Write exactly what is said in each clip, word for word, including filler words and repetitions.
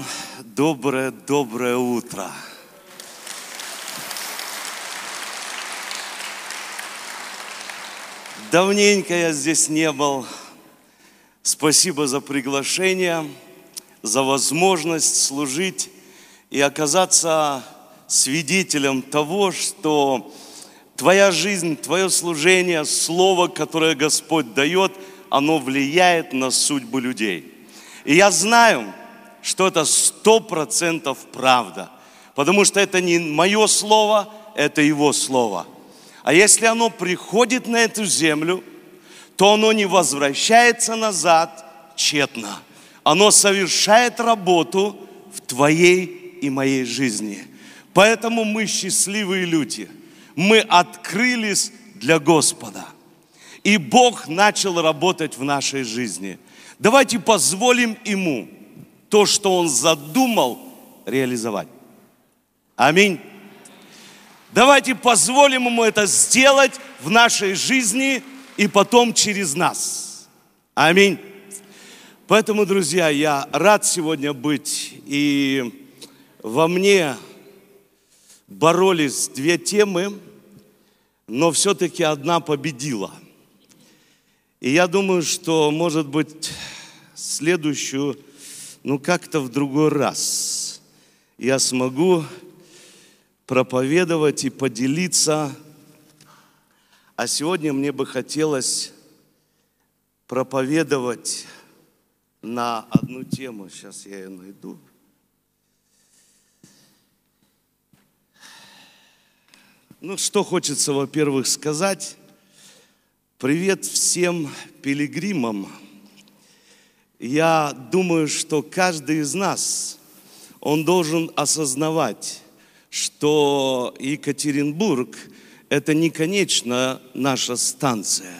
доброе-доброе утро. Давненько я здесь не был. Спасибо за приглашение, за возможность служить и оказаться свидетелем того, что твоя жизнь, твое служение, слово, которое Господь дает, оно влияет на судьбу людей. И я знаю, что это сто процентов правда, потому что это не мое слово, это Его слово. А если оно приходит на эту землю, то оно не возвращается назад тщетно. Оно совершает работу в твоей и моей жизни. Поэтому мы счастливые люди. Мы открылись для Господа. И Бог начал работать в нашей жизни. Давайте позволим Ему то, что Он задумал, реализовать. Аминь. Давайте позволим Ему это сделать в нашей жизни и потом через нас. Аминь. Поэтому, друзья, я рад сегодня быть. И во мне боролись две темы, но все-таки одна победила. И я думаю, что, может быть, следующую, ну, как-то в другой раз я смогу проповедовать и поделиться. А сегодня мне бы хотелось проповедовать на одну тему. Сейчас я ее найду. Ну, что хочется, во-первых, сказать. Привет всем пилигримам. Я думаю, что каждый из нас, он должен осознавать, что Екатеринбург – это не конечная наша станция.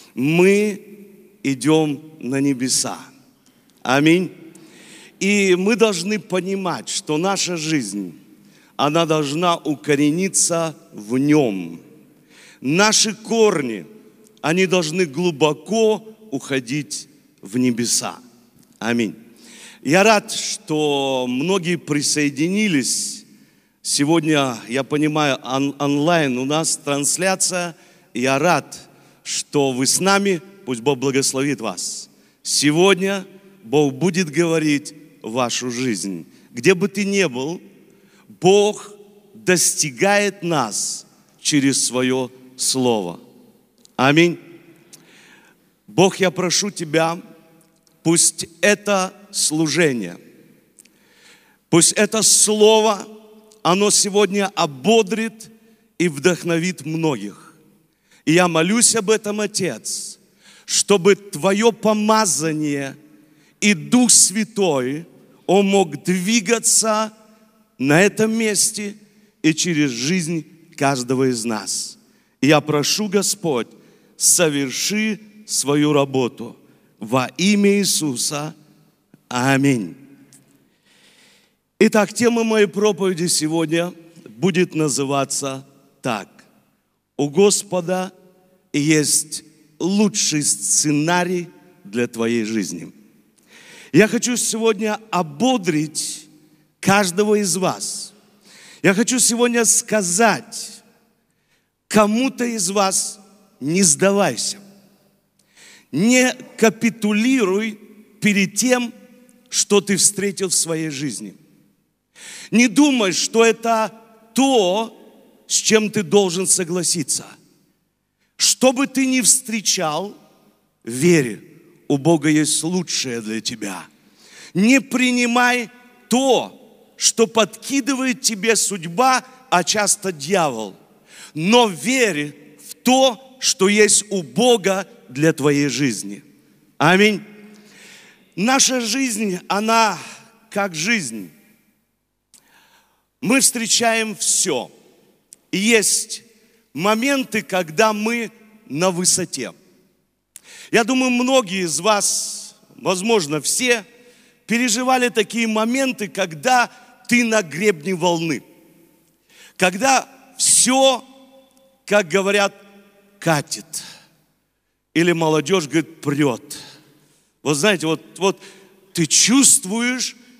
Мы идем на небеса. Аминь. И мы должны понимать, что наша жизнь, она должна укорениться в Нем. Наши корни, они должны глубоко уходить в небеса. Аминь. Я рад, что многие присоединились. Сегодня, я понимаю, он, онлайн у нас трансляция. Я рад, что вы с нами. Пусть Бог благословит вас. Сегодня Бог будет говорить в вашу жизнь. Где бы ты ни был, Бог достигает нас через свое Слово. Аминь. Бог, я прошу Тебя, пусть это служение, пусть это Слово, оно сегодня ободрит и вдохновит многих. И я молюсь об этом, Отец, чтобы Твое помазание и Дух Святой, Он мог двигаться на этом месте и через жизнь каждого из нас. И я прошу, Господь, соверши свою работу во имя Иисуса. Аминь. Итак, тема моей проповеди сегодня будет называться так. У Господа есть лучший сценарий для твоей жизни. Я хочу сегодня ободрить каждого из вас. Я хочу сегодня сказать кому-то из вас: не сдавайся. Не капитулируй перед тем, что ты встретил в своей жизни. Не думай, что это то, с чем ты должен согласиться. Что бы ты ни встречал, верь, у Бога есть лучшее для тебя. Не принимай то, что подкидывает тебе судьба, а часто дьявол. Но верь в то, что есть у Бога для твоей жизни. Аминь. Наша жизнь, она как жизнь. Мы встречаем все. И есть моменты, когда мы на высоте. Я думаю, многие из вас, возможно, все, переживали такие моменты, когда ты на гребне волны. Когда все, как говорят, катит. Или молодежь говорит, прет. Вот знаете, вот, вот ты чувствуешь,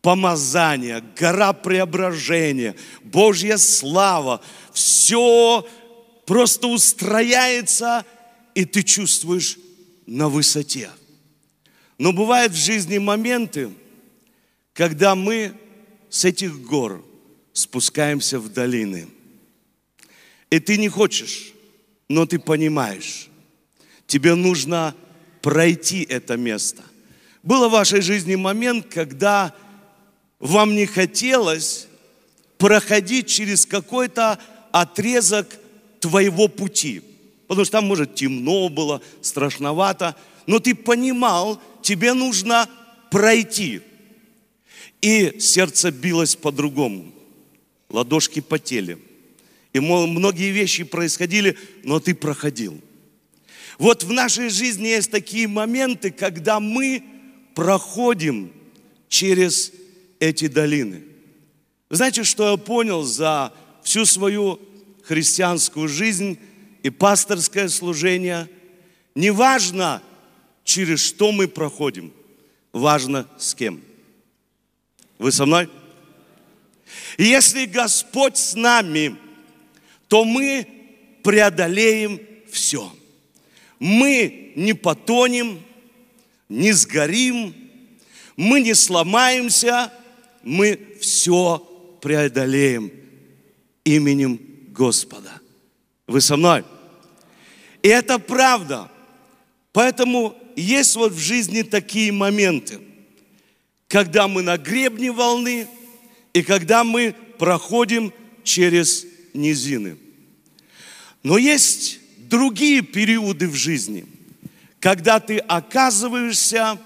помазание, гора преображения, Божья слава, все просто устрояется, и ты чувствуешь на высоте. Но бывают в жизни моменты, когда мы с этих гор спускаемся в долины. И ты не хочешь, но ты понимаешь, тебе нужно пройти это место. Был в вашей жизни момент, когда вам не хотелось проходить через какой-то отрезок твоего пути. Потому что там, может, темно было, страшновато. Но ты понимал, тебе нужно пройти. И сердце билось по-другому. Ладошки потели. И многие вещи происходили, но ты проходил. Вот в нашей жизни есть такие моменты, когда мы проходим через эти долины. Знаете, что я понял за всю свою христианскую жизнь и пасторское служение? Не важно, через что мы проходим, важно с кем. Вы со мной? И если Господь с нами, то мы преодолеем все. Мы не потонем, не сгорим, мы не сломаемся, мы все преодолеем именем Господа. Вы со мной? И это правда. Поэтому есть вот в жизни такие моменты, когда мы на гребне волны и когда мы проходим через низины. Но есть другие периоды в жизни, когда ты оказываешься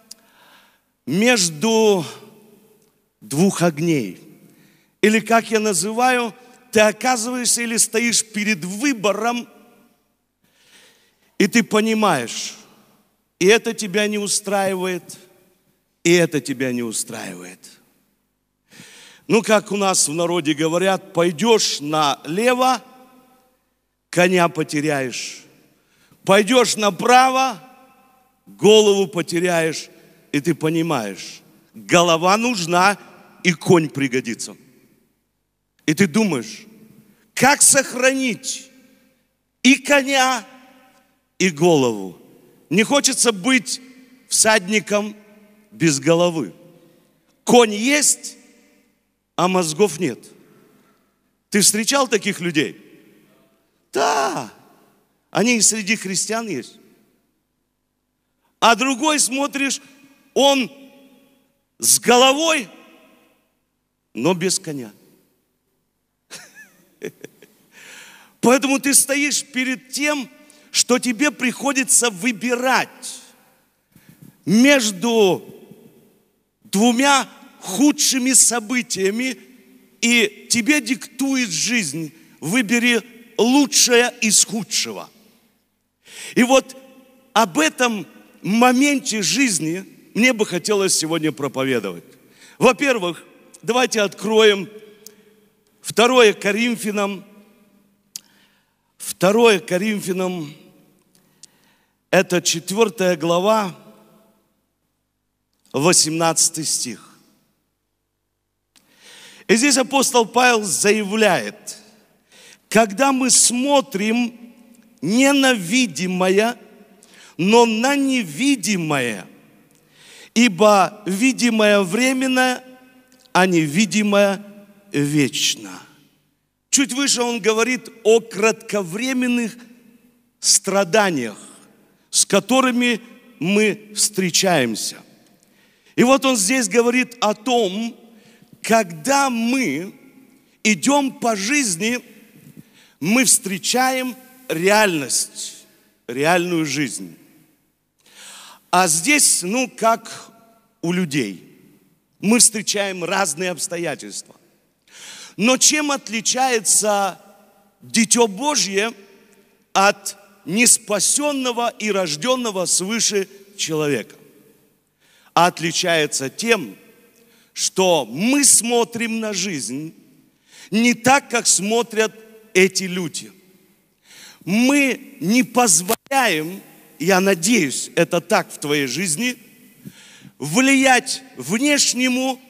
между двух огней. Или, как я называю, ты оказываешься или стоишь перед выбором, и ты понимаешь, и это тебя не устраивает, и это тебя не устраивает. Ну, как у нас в народе говорят, пойдешь налево, коня потеряешь. Пойдешь направо, голову потеряешь, и ты понимаешь, голова нужна, и конь пригодится. И ты думаешь, как сохранить и коня, и голову. Не хочется быть всадником без головы. Конь есть, а мозгов нет. Ты встречал таких людей? Да, они и среди христиан есть. А другой, смотришь, он с головой, но без коня. Поэтому ты стоишь перед тем, что тебе приходится выбирать между двумя худшими событиями, и тебе диктует жизнь: выбери лучшее из худшего. И вот об этом моменте жизни мне бы хотелось сегодня проповедовать. Во-первых, давайте откроем второе Коринфянам, второе Коринфянам, это четвёртая глава, восемнадцатый стих. И здесь апостол Павел заявляет: когда мы смотрим не на видимое, но на невидимое, ибо видимое временно, а невидимое вечно. Чуть выше он говорит о кратковременных страданиях, с которыми мы встречаемся. И вот он здесь говорит о том, когда мы идем по жизни, мы встречаем реальность, реальную жизнь. А здесь, ну, как у людей, мы встречаем разные обстоятельства. Но чем отличается Дитё Божье от неспасенного и рожденного свыше человека? А отличается тем, что мы смотрим на жизнь не так, как смотрят эти люди. Мы не позволяем, я надеюсь, это так в твоей жизни, влиять внешнему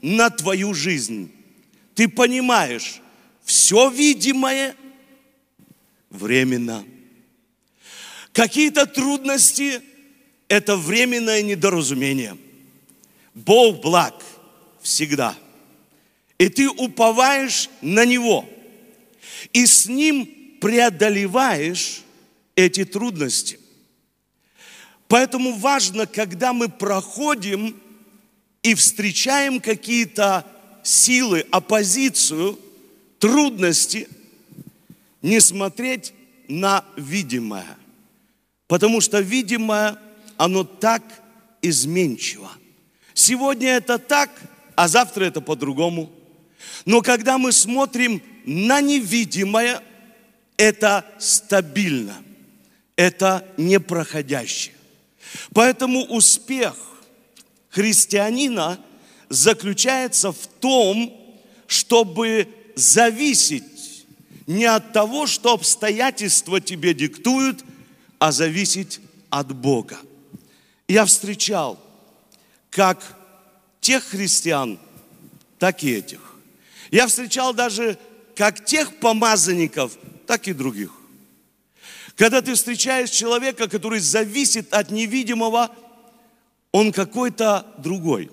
на твою жизнь. Ты понимаешь, все видимое временно. Какие-то трудности – это временное недоразумение. Бог благ всегда. И ты уповаешь на Него. И с Ним преодолеваешь эти трудности. Поэтому важно, когда мы проходим и встречаем какие-то силы, оппозицию, трудности, не смотреть на видимое. Потому что видимое, оно так изменчиво. Сегодня это так, а завтра это по-другому. Но когда мы смотрим на невидимое, это стабильно, это непроходящее. Поэтому успех христианина заключается в том, чтобы зависеть не от того, что обстоятельства тебе диктуют, а зависеть от Бога. Я встречал как тех христиан, так и этих. Я встречал даже как тех помазанников, так и других. Когда ты встречаешь человека, который зависит от невидимого, он какой-то другой.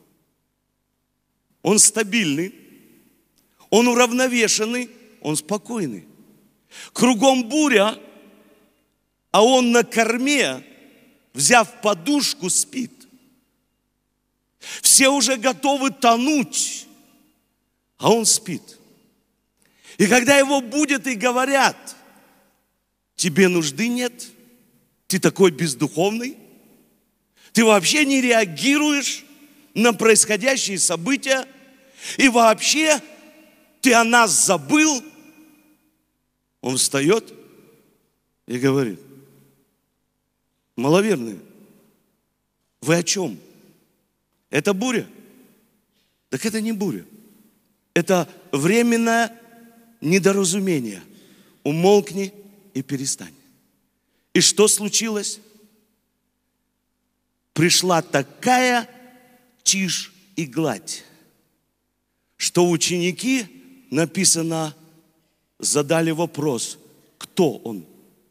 Он стабильный, он уравновешенный, он спокойный. Кругом буря, а он на корме, взяв подушку, спит. Все уже готовы тонуть, а он спит. И когда его будят и говорят: тебе нужды нет, ты такой бездуховный, ты вообще не реагируешь на происходящие события, и вообще ты о нас забыл, он встает и говорит: маловерные, вы о чем? Это буря? Так это не буря. Это временное недоразумение. Умолкни и перестань. И что случилось? Пришла такая тишь и гладь, что ученики, написано, задали вопрос: кто он?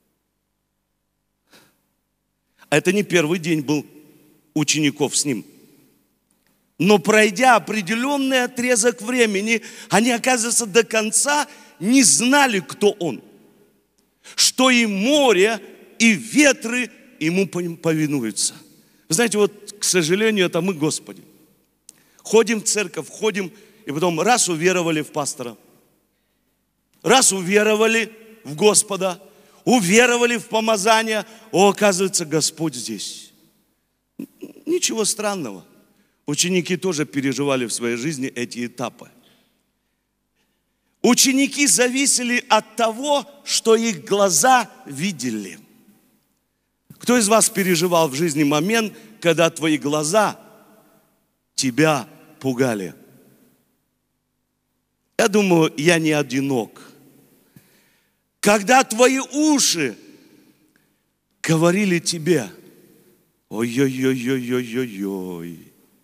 А это не первый день был учеников с ним. Но пройдя определенный отрезок времени, они, оказывается, до конца не знали, кто он. Что и море, и ветры ему повинуются. Вы знаете, вот, к сожалению, это мы, Господи. Ходим в церковь, ходим, и потом раз уверовали в пастора, раз уверовали в Господа, уверовали в помазание, о, оказывается, Господь здесь. Ничего странного. Ученики тоже переживали в своей жизни эти этапы. Ученики зависели от того, что их глаза видели. Кто из вас переживал в жизни момент, когда твои глаза тебя пугали? Я думаю, я не одинок. Когда твои уши говорили тебе: ой-ой-ой-ой-ой-ой-ой.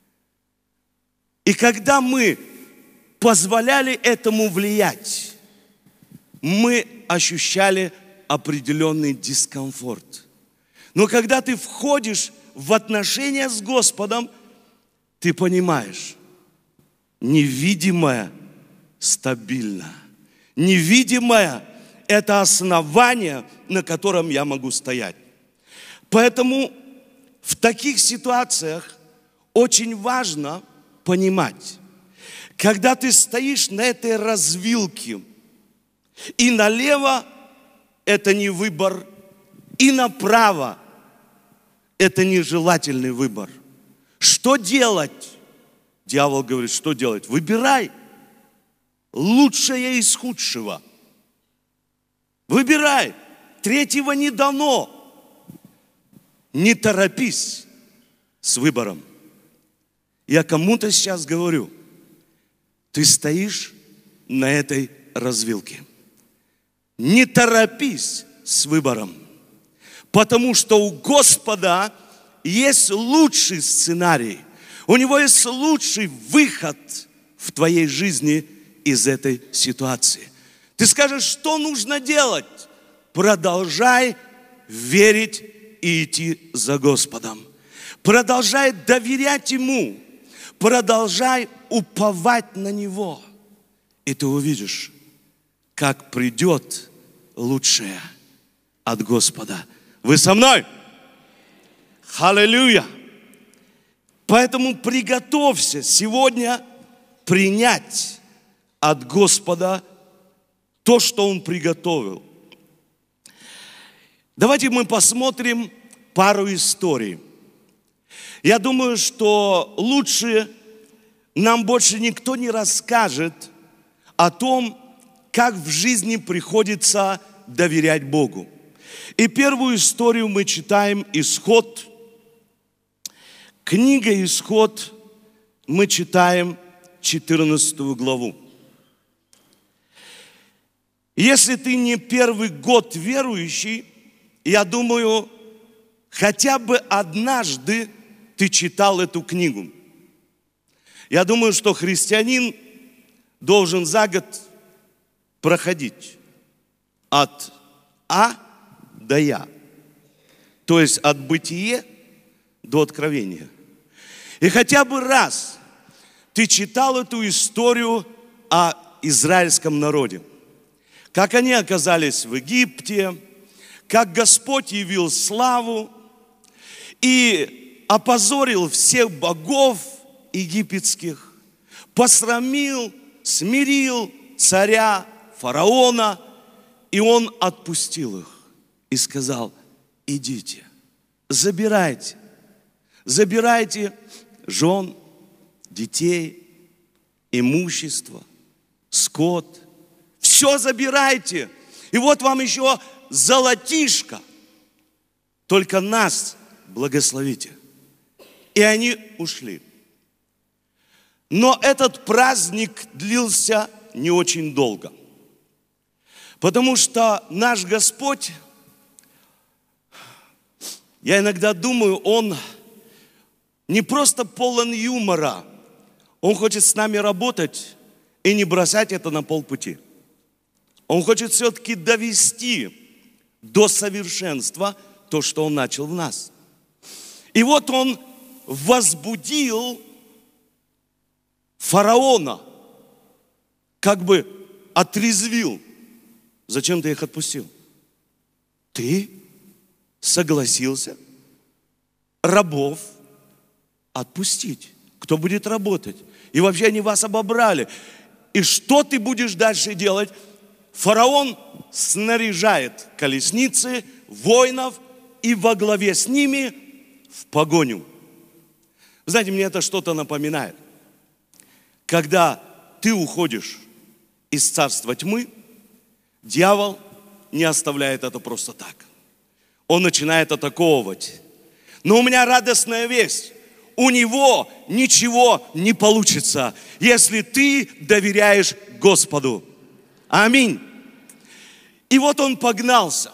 И когда мы позволяли этому влиять, мы ощущали определенный дискомфорт. Но когда ты входишь в отношения с Господом, ты понимаешь, невидимое стабильно. Невидимое – это основание, на котором я могу стоять. Поэтому в таких ситуациях очень важно понимать, когда ты стоишь на этой развилке, и налево это не выбор, и направо это нежелательный выбор. Что делать? Дьявол говорит, что делать? Выбирай лучшее из худшего. Выбирай. Третьего не дано. Не торопись с выбором. Я кому-то сейчас говорю, ты стоишь на этой развилке. Не торопись с выбором, потому что у Господа есть лучший сценарий. У Него есть лучший выход в твоей жизни из этой ситуации. Ты скажешь, что нужно делать? Продолжай верить и идти за Господом. Продолжай доверять Ему. Продолжай уповать на Него. И ты увидишь, как придет лучшее от Господа. Вы со мной? Аллилуйя! Поэтому приготовься сегодня принять от Господа то, что Он приготовил. Давайте мы посмотрим пару историй. Я думаю, что лучше нам больше никто не расскажет о том, как в жизни приходится доверять Богу. И первую историю мы читаем Исход. Книга Исход, мы читаем четырнадцатую главу. Если ты не первый год верующий, я думаю, хотя бы однажды ты читал эту книгу. Я думаю, что христианин должен за год проходить от А до Я. То есть от бытия до откровения. И хотя бы раз ты читал эту историю о израильском народе. Как они оказались в Египте, как Господь явил славу и опозорил всех богов египетских, посрамил, смирил царя фараона, и он отпустил их и сказал: идите, забирайте, забирайте жен, детей, имущество, скот, все забирайте. И вот вам еще золотишко, только нас благословите. И они ушли. Но этот праздник длился не очень долго. Потому что наш Господь, я иногда думаю, Он не просто полон юмора. Он хочет с нами работать и не бросать это на полпути. Он хочет все-таки довести до совершенства то, что Он начал в нас. И вот Он возбудил фараона, как бы отрезвил. Зачем ты их отпустил? Ты согласился рабов отпустить. Кто будет работать? И вообще они вас обобрали. И что ты будешь дальше делать? Фараон снаряжает колесницы, воинов и во главе с ними в погоню. Знаете, мне это что-то напоминает. Когда ты уходишь из царства тьмы, дьявол не оставляет это просто так. Он начинает атаковывать. Но у меня радостная весть. У него ничего не получится, если ты доверяешь Господу. Аминь. И вот он погнался.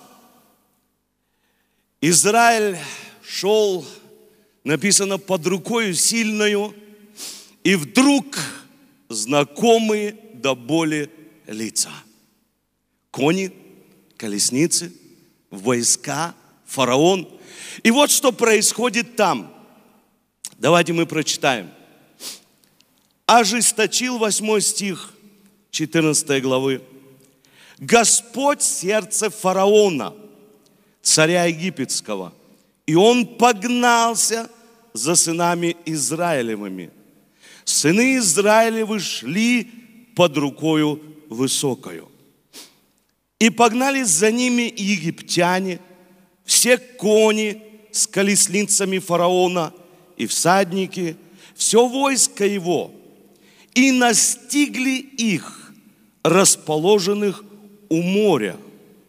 Израиль шел, написано, под рукою сильною, и вдруг знакомые до боли лица. Кони, колесницы, войска, фараон. И вот что происходит там. Давайте мы прочитаем. Ожесточил, восьмой стих, четырнадцатой главы. Господь сердце фараона, царя египетского, и он погнался за сынами Израилевыми. Сыны Израилевы шли под рукою высокою. И погнались за ними египтяне, все кони с колесницами фараона и всадники, все войско его, и настигли их, расположенных у моря.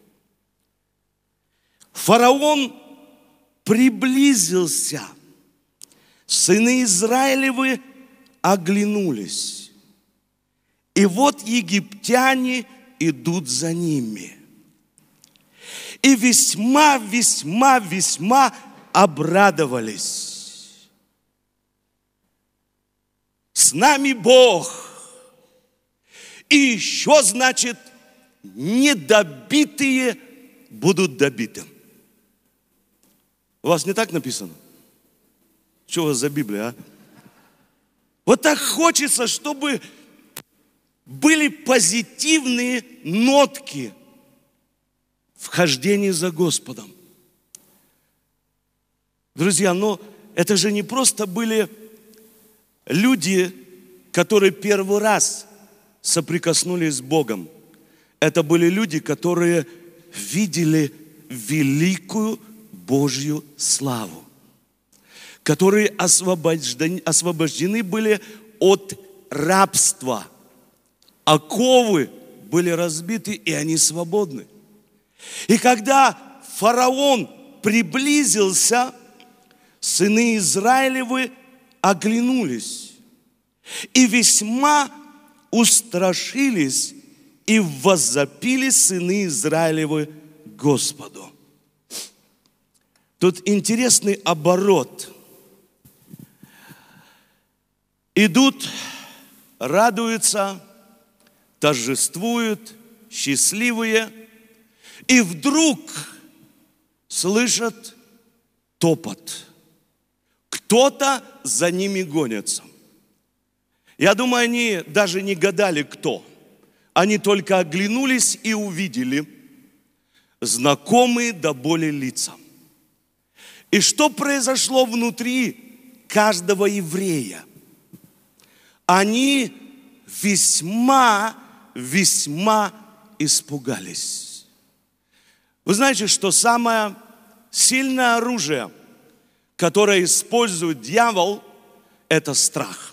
Фараон приблизился, сыны Израилевы оглянулись, и вот египтяне идут за ними. И весьма, весьма, весьма обрадовались. С нами Бог. И еще, значит, недобитые будут добиты. У вас не так написано? Что у вас за Библия, а? Вот так хочется, чтобы были позитивные нотки в хождении за Господом. Друзья, но это же не просто были люди, которые первый раз соприкоснулись с Богом. Это были люди, которые видели великую Божью славу, которые освобождены, освобождены были от рабства. Оковы были разбиты, и они свободны. И когда фараон приблизился, сыны Израилевы оглянулись и весьма устрашились, и воззапили сыны Израилевы Господу. Тут интересный оборот. Идут, радуются, торжествуют, счастливые, и вдруг слышат топот. Кто-то за ними гонится. Я думаю, они даже не гадали, кто. Они только оглянулись и увидели знакомые до боли лица. И что произошло внутри каждого еврея? Они весьма, весьма испугались. Вы знаете, что самое сильное оружие, которое использует дьявол, это страх.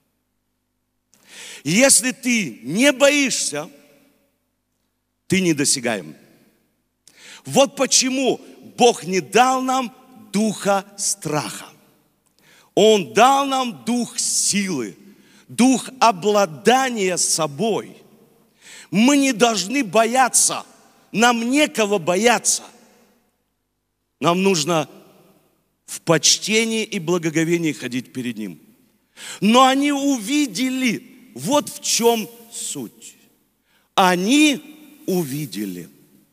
Если ты не боишься, ты недосягаем. Вот почему Бог не дал нам духа страха. Он дал нам дух силы, дух обладания собой. Мы не должны бояться, нам некого бояться. Нам нужно в почтении и благоговении ходить перед Ним. Но они увидели, вот в чем суть. Они увидели.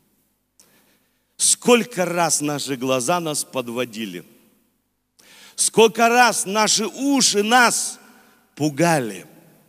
Сколько раз наши глаза нас подводили. Сколько раз наши уши нас пугали.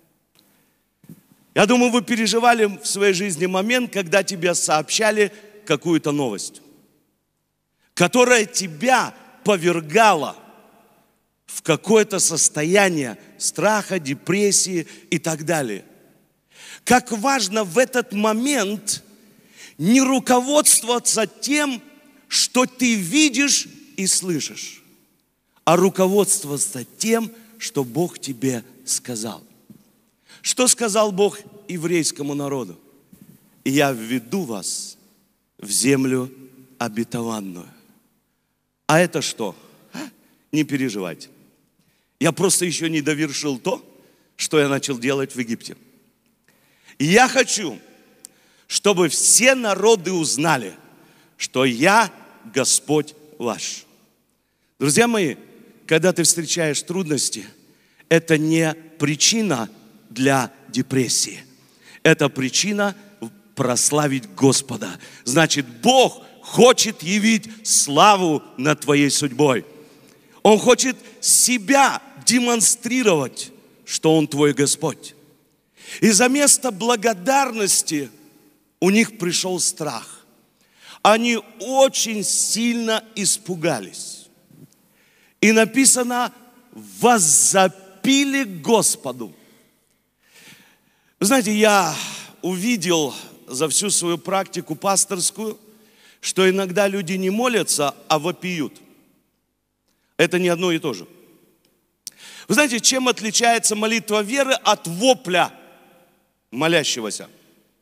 Я думаю, вы переживали в своей жизни момент, когда тебе сообщали какую-то новость, которая тебя повергала в какое-то состояние страха, депрессии и так далее. Как важно в этот момент не руководствоваться тем, что ты видишь и слышишь, а руководствоваться тем, что Бог тебе сказал. Что сказал Бог еврейскому народу? «Я введу вас в землю обетованную». А это что? А? Не переживайте. Я просто еще не довершил то, что я начал делать в Египте. И я хочу, чтобы все народы узнали, что я Господь ваш. Друзья мои, когда ты встречаешь трудности, это не причина для депрессии. Это причина прославить Господа. Значит, Бог хочет явить славу над твоей судьбой. Он хочет себя демонстрировать, что Он твой Господь. И за место благодарности у них пришел страх. Они очень сильно испугались. И написано, воззапили Господу. Вы знаете, я увидел за всю свою практику пасторскую, что иногда люди не молятся, а вопиют. Это не одно и то же. Вы знаете, чем отличается молитва веры от вопля молящегося?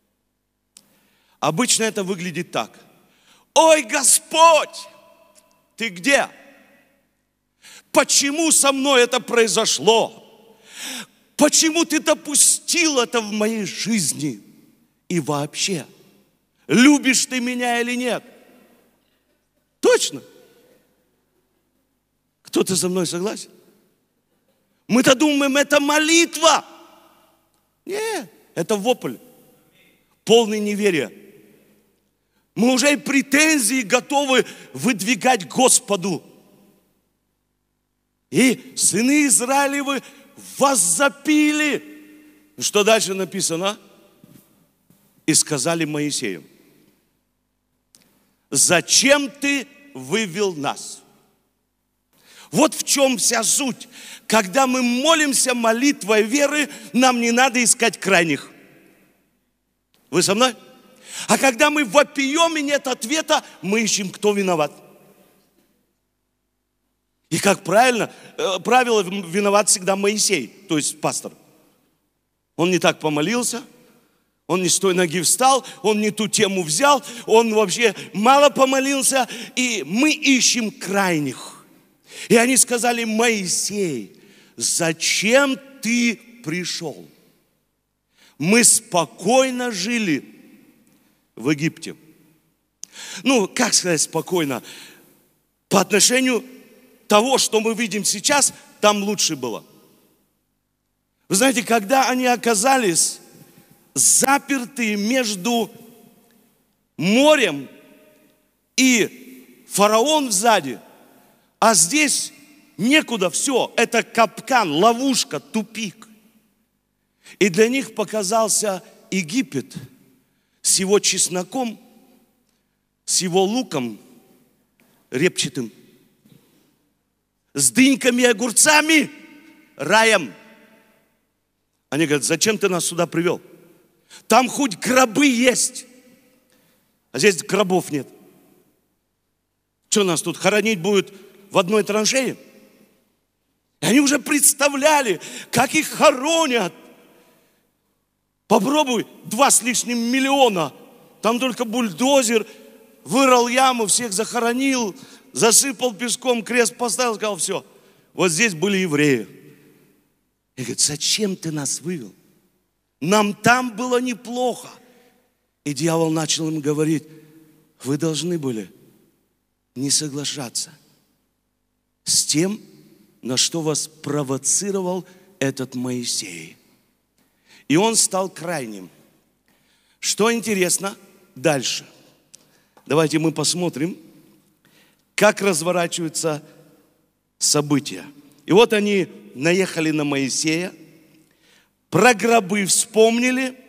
Обычно это выглядит так. Ой, Господь, ты где? Почему со мной это произошло? Почему ты допустил это в моей жизни? И вообще, любишь ты меня или нет? Точно? Кто-то со мной согласен? Мы-то думаем, это молитва. Нет, это вопль, полный неверия. Мы уже и претензии готовы выдвигать Господу. И сыны Израилевы воззапили. Что дальше написано? И сказали Моисею: зачем ты вывел нас? Вот в чем вся суть. Когда мы молимся молитвой веры, нам не надо искать крайних. Вы со мной? А когда мы вопием и нет ответа, мы ищем, кто виноват. И как правильно, правило, виноват всегда Моисей, то есть пастор. Он не так помолился, он не с той ноги встал, он не ту тему взял, он вообще мало помолился, и мы ищем крайних. И они сказали: Моисей, зачем ты пришел? Мы спокойно жили в Египте. Ну, как сказать спокойно? По отношению того, что мы видим сейчас, там лучше было. Вы знаете, когда они оказались запертые между морем и фараон сзади, а здесь некуда, все, это капкан, ловушка, тупик. И для них показался Египет с его чесноком, с его луком репчатым, с дыньками и огурцами, раем. Они говорят: зачем ты нас сюда привел? Там хоть гробы есть, а здесь гробов нет. Что, нас тут хоронить будет в одной траншее? И они уже представляли, как их хоронят. Попробуй, два с лишним миллиона. Там только бульдозер вырыл яму, всех захоронил, засыпал песком, крест поставил, сказал: все, вот здесь были евреи. И говорит: зачем ты нас вывел? Нам там было неплохо. И дьявол начал им говорить: вы должны были не соглашаться с тем, на что вас провоцировал этот Моисей. И он стал крайним. Что интересно дальше? Давайте мы посмотрим, как разворачиваются события. И вот они наехали на Моисея, про гробы вспомнили.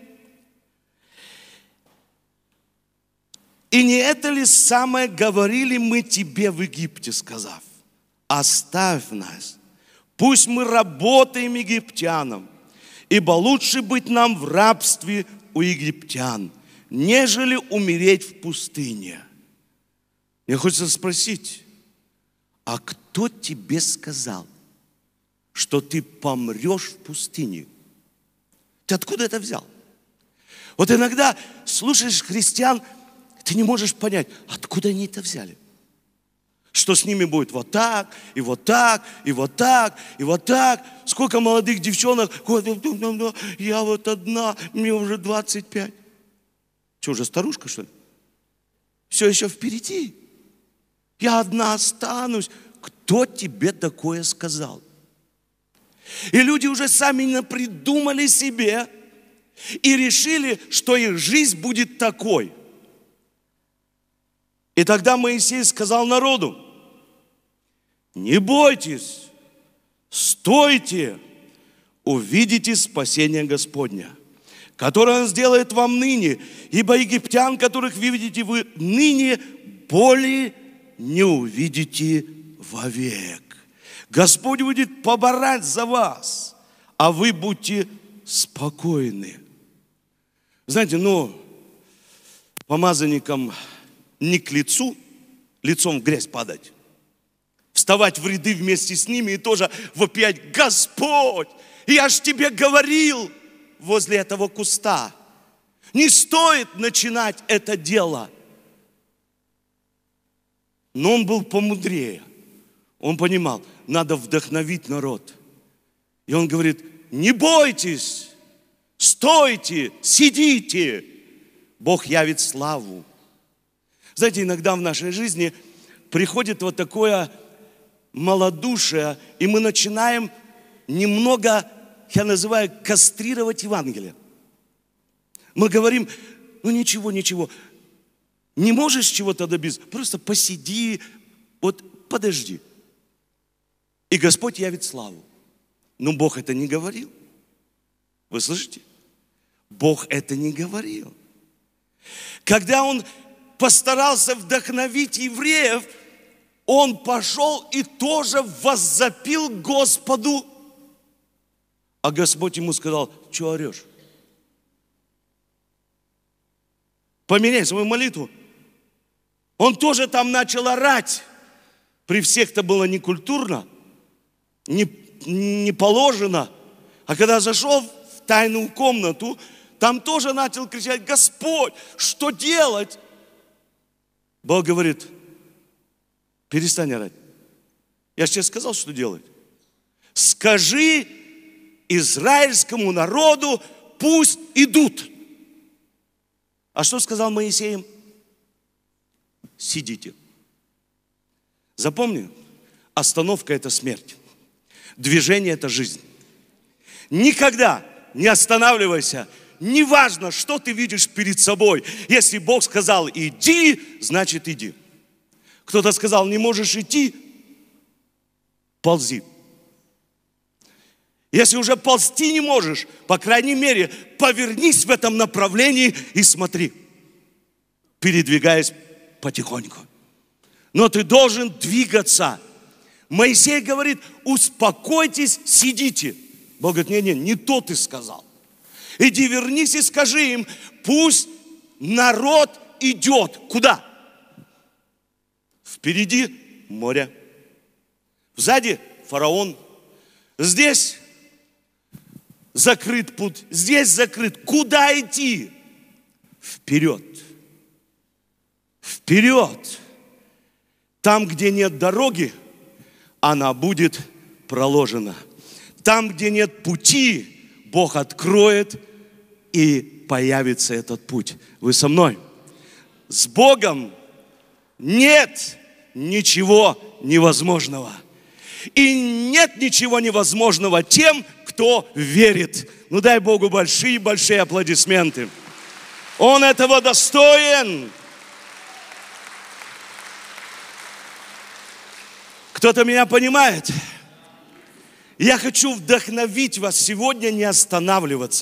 И не это ли самое говорили мы тебе в Египте, сказав: оставь нас, пусть мы работаем египтянам, ибо лучше быть нам в рабстве у египтян, нежели умереть в пустыне. Мне хочется спросить: а кто тебе сказал, что ты помрешь в пустыне? Ты откуда это взял? Вот иногда слушаешь христиан, ты не можешь понять, откуда они это взяли. Что с ними будет вот так, и вот так, и вот так, и вот так. Сколько молодых девчонок: я вот одна, мне уже двадцать пять. Что, уже старушка, что ли? Все еще впереди. Я одна останусь. Кто тебе такое сказал? И люди уже сами напридумали себе и решили, что их жизнь будет такой. И тогда Моисей сказал народу: не бойтесь, стойте, увидите спасение Господня, которое Он сделает вам ныне, ибо египтян, которых вы видите вы ныне, более не увидите вовек. Господь будет поборать за вас, а вы будьте спокойны. Знаете, ну, помазанникам не к лицу, лицом в грязь падать, вставать в ряды вместе с ними и тоже вопять: Господь, я ж тебе говорил возле этого куста. Не стоит начинать это дело. Но он был помудрее. Он понимал, надо вдохновить народ. И он говорит: не бойтесь, стойте, сидите, Бог явит славу. Знаете, иногда в нашей жизни приходит вот такое малодушие, и мы начинаем немного, я называю, кастрировать Евангелие. Мы говорим, ну ничего, ничего, не можешь чего-то добиться, просто посиди, вот подожди. И Господь явит славу. Но Бог это не говорил. Вы слышите? Бог это не говорил. Когда Он постарался вдохновить евреев, Он пошел и тоже воззапил Господу. А Господь ему сказал, что орешь? Поменяй свою молитву. Он тоже там начал орать. При всех это было не культурно, не, не положено. А когда зашел в тайную комнату, там тоже начал кричать, Господь, что делать? Бог говорит, перестань орать. Я же тебе сказал, что делать. Скажи израильскому народу, пусть идут. А что сказал Моисеем? Сидите. Запомни, остановка – это смерть. Движение – это жизнь. Никогда не останавливайся. Неважно, что ты видишь перед собой. Если Бог сказал иди, значит иди. Кто-то сказал, не можешь идти, ползи. Если уже ползти не можешь, по крайней мере, повернись в этом направлении и смотри, передвигаясь потихоньку. Но ты должен двигаться. Моисей говорит, успокойтесь, сидите. Бог говорит, не, не, не то ты сказал. Иди вернись и скажи им, пусть народ идет. Куда? Впереди море. Сзади фараон. Здесь закрыт путь. Здесь закрыт. Куда идти? Вперед. Вперед. Там, где нет дороги, она будет проложена. Там, где нет пути, Бог откроет, и появится этот путь. Вы со мной? С Богом нет ничего невозможного. И нет ничего невозможного тем, кто верит. Ну дай Богу большие-большие аплодисменты. Он этого достоин. Кто-то меня понимает? Я хочу вдохновить вас сегодня не останавливаться.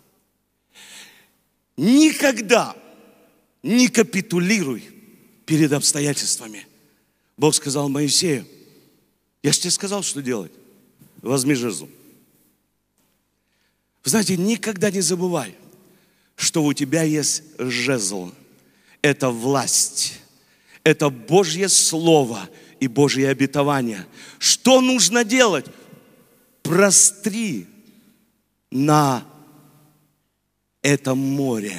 Никогда не капитулируй перед обстоятельствами. Бог сказал Моисею, я же тебе сказал, что делать. Возьми жезл. Вы знаете, никогда не забывай, что у тебя есть жезл. Это власть. Это Божье Слово и Божье обетование. Что нужно делать? Простри на этом море.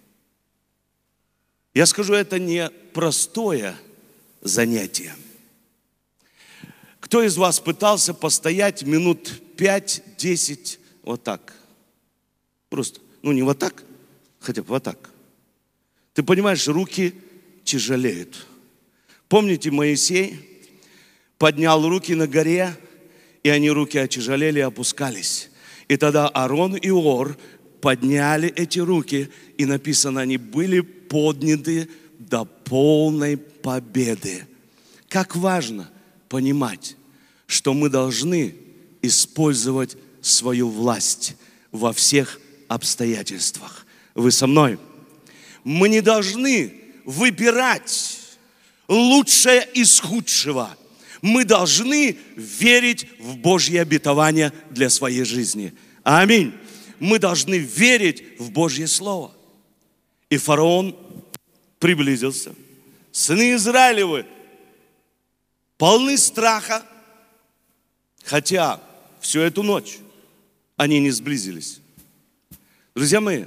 Я скажу, это не простое занятие. Кто из вас пытался постоять минут пять-десять вот так? Просто, ну не вот так, хотя бы вот так. Ты понимаешь, руки тяжелеют. Помните, Моисей поднял руки на горе, и они руки отяжелели и опускались. И тогда Аарон и Ор подняли эти руки, и написано, они были подняты до полной победы. Как важно понимать, что мы должны использовать свою власть во всех обстоятельствах. Вы со мной? Мы не должны выбирать лучшее из худшего. Мы должны верить в Божье обетование для своей жизни. Аминь. Мы должны верить в Божье Слово. И фараон приблизился. Сыны Израилевы полны страха, хотя всю эту ночь они не сблизились. Друзья мои,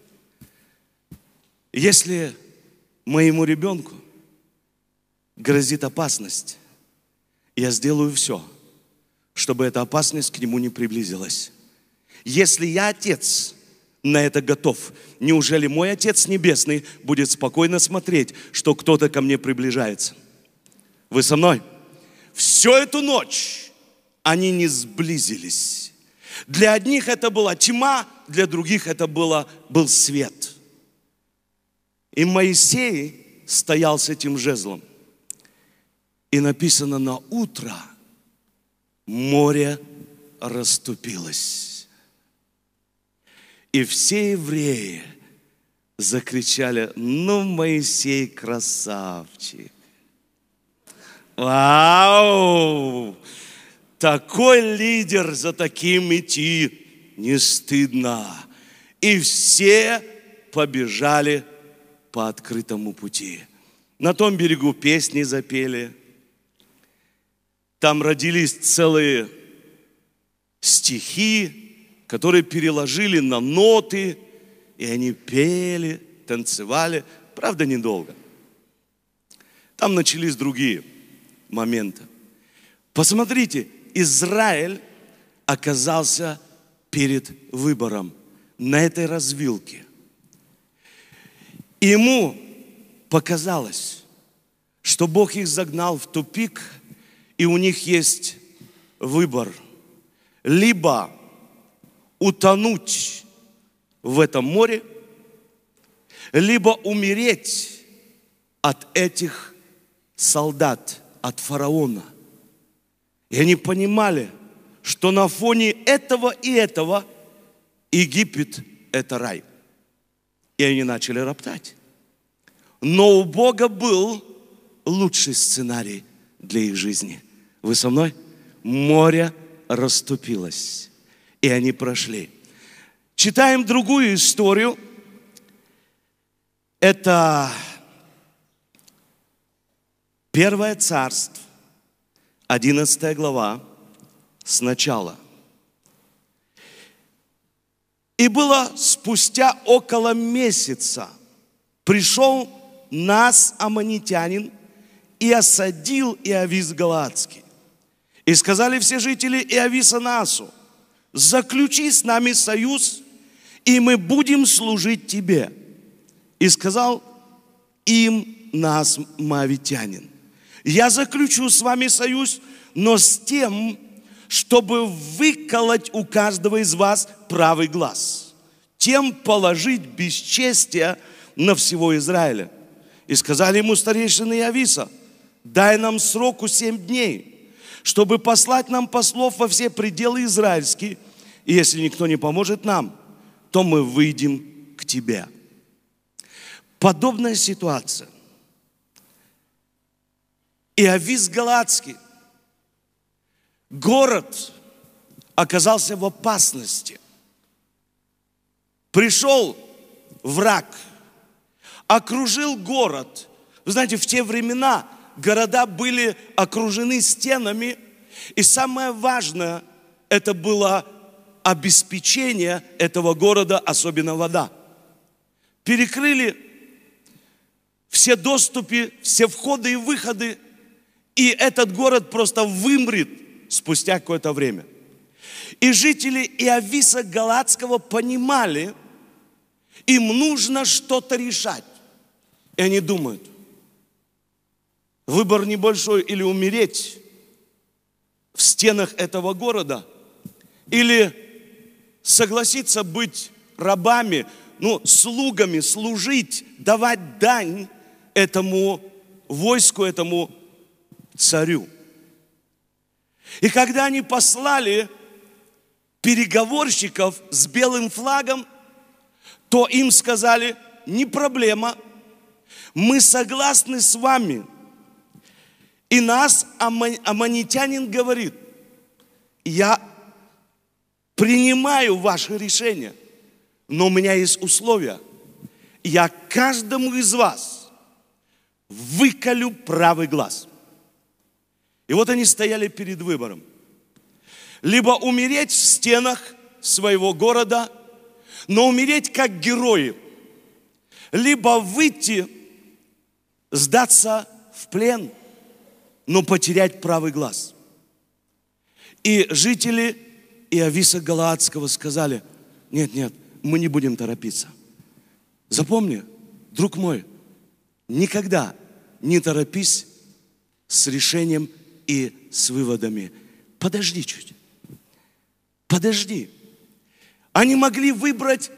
если моему ребенку грозит опасность, я сделаю все, чтобы эта опасность к нему не приблизилась. Если я отец, на это готов, неужели мой Отец Небесный будет спокойно смотреть, что кто-то ко мне приближается? Вы со мной? Всю эту ночь они не сблизились. Для одних это была тьма, для других это было, был свет. И Моисей стоял с этим жезлом. И написано: на утро море расступилось. И все евреи закричали: ну, Моисей красавчик. Вау! Такой лидер, за таким идти не стыдно. И все побежали по открытому пути. На том берегу песни запели. Там родились целые стихи, которые переложили на ноты, и они пели, танцевали. Правда, недолго. Там начались другие моменты. Посмотрите, Израиль оказался перед выбором на этой развилке. И ему показалось, что Бог их загнал в тупик, и у них есть выбор: либо утонуть в этом море, либо умереть от этих солдат, от фараона. И они понимали, что на фоне этого и этого Египет – это рай. И они начали роптать. Но у Бога был лучший сценарий для их жизни. Вы со мной? Море расступилось, и они прошли. Читаем другую историю. Это Первое Царство, одиннадцатая глава, сначала. И было спустя около месяца, пришел Нас, аммонитянин, и осадил Иовис Галаадский. И сказали все жители Иовиса Насу: заключи с нами союз, и мы будем служить тебе. И сказал им Нас, моавитянин: я заключу с вами союз, но с тем, чтобы выколоть у каждого из вас правый глаз, тем положить бесчестие на всего Израиля. И сказали ему старейшины Иовиса: дай нам сроку семь дней, чтобы послать нам послов во все пределы израильские, и если никто не поможет нам, то мы выйдем к тебе. Подобная ситуация. Иовис Галаадский, город, оказался в опасности. Пришел враг, окружил город. Вы знаете, в те времена города были окружены стенами, и самое важное – это было обеспечение этого города, особенно вода. Перекрыли все доступы, все входы и выходы, и этот город просто вымрет спустя какое-то время. И жители Иовиса Галаадского понимали, им нужно что-то решать. И они думают: выбор небольшой: или умереть в стенах этого города, или согласиться быть рабами, ну, слугами, служить, давать дань этому войску, этому царю. И когда они послали переговорщиков с белым флагом, то им сказали: не проблема, мы согласны с вами. И Нас, аммонитянин, говорит: я принимаю ваше решение, но у меня есть условия. Я каждому из вас выколю правый глаз. И вот они стояли перед выбором: либо умереть в стенах своего города, но умереть как герои, либо выйти, сдаться в плен, но потерять правый глаз. И жители Иовиса Галаадского сказали: нет, нет, мы не будем торопиться. Запомни, друг мой, никогда не торопись с решением и с выводами. подожди чуть. Подожди. Они могли выбрать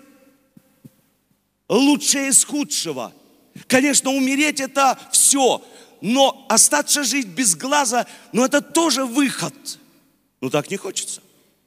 лучшее из худшего. Конечно, умереть это все, но остаться жить без глаза, ну это тоже выход. Ну так не хочется.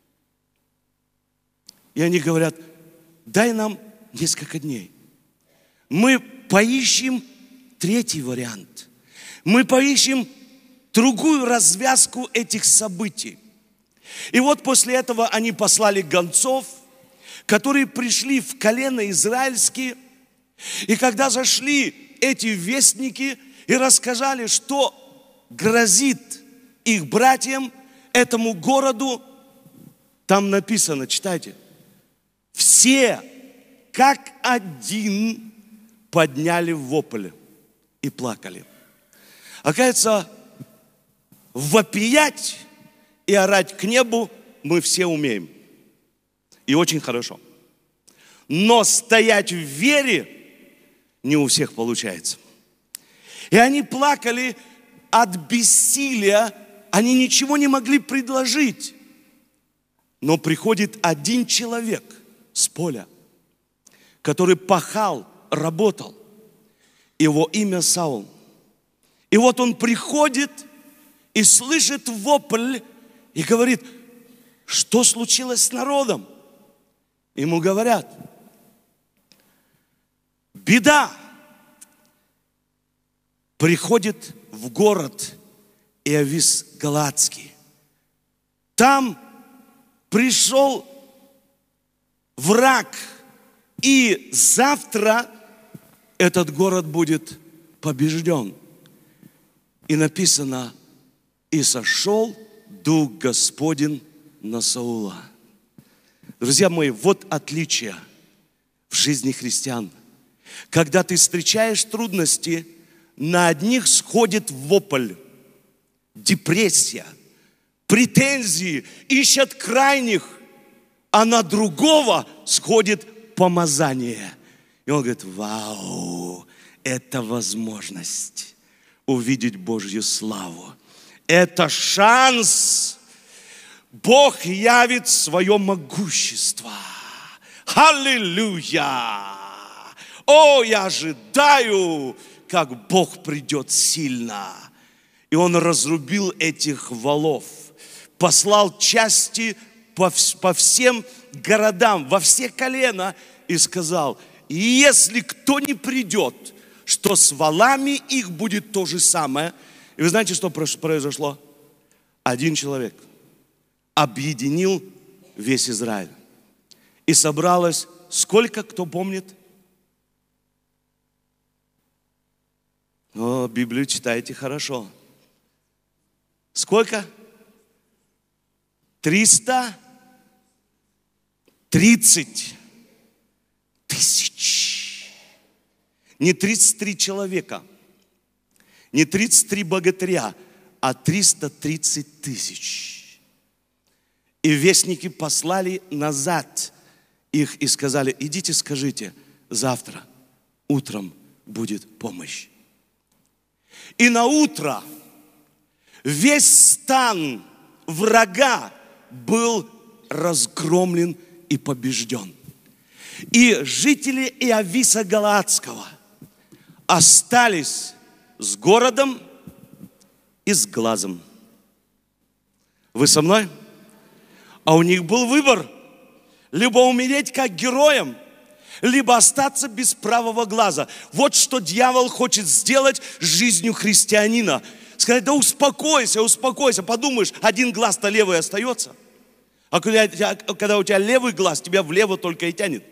И они говорят, дай нам несколько дней. Мы поищем третий вариант. Мы поищем другую развязку этих событий. И вот после этого они послали гонцов, которые пришли в колено израильские. И когда зашли эти вестники и рассказали, что грозит их братьям, этому городу, там написано, читайте, все, как один, подняли вопль и плакали. Оказывается, вопиять и орать к небу мы все умеем. И очень хорошо. Но стоять в вере не у всех получается. И они плакали от бессилия, они ничего не могли предложить. Но приходит один человек с поля, который пахал, работал. Его имя Саул. И вот он приходит и слышит вопль и говорит, что случилось с народом? Ему говорят, беда. Приходит в город Иовис Галаадский. Там пришел враг, и завтра этот город будет побежден. И написано, и сошел Дух Господень на Саула. Друзья мои, вот отличие в жизни христиан. Когда ты встречаешь трудности, на одних сходит вопль, депрессия, претензии, ищут крайних, а на другого сходит помазание. И он говорит, вау, это возможность увидеть Божью славу. Это шанс. Бог явит свое могущество. Аллилуйя! О, я ожидаю, как Бог придет сильно. И он разрубил этих валов, послал части по, по всем городам, во все колена и сказал, если кто не придет, что с валами их будет то же самое. И вы знаете, что произошло? Один человек объединил весь Израиль. И собралось, сколько, кто помнит? О, Библию читаете хорошо. Сколько? Триста тридцать тысяч. Не тридцать три человека, не тридцать три богатыря, а триста тридцать тысяч. И вестники послали назад их и сказали, идите скажите, завтра утром будет помощь. И на утро весь стан врага был разгромлен и побежден. И жители Иовиса Галаадского остались с городом и с глазом. Вы со мной? А у них был выбор. Либо умереть как героем, либо остаться без правого глаза. Вот что дьявол хочет сделать с жизнью христианина. Сказать, да успокойся, успокойся. Подумаешь, один глаз-то левый остается. А когда, когда у тебя левый глаз, тебя влево только и тянет.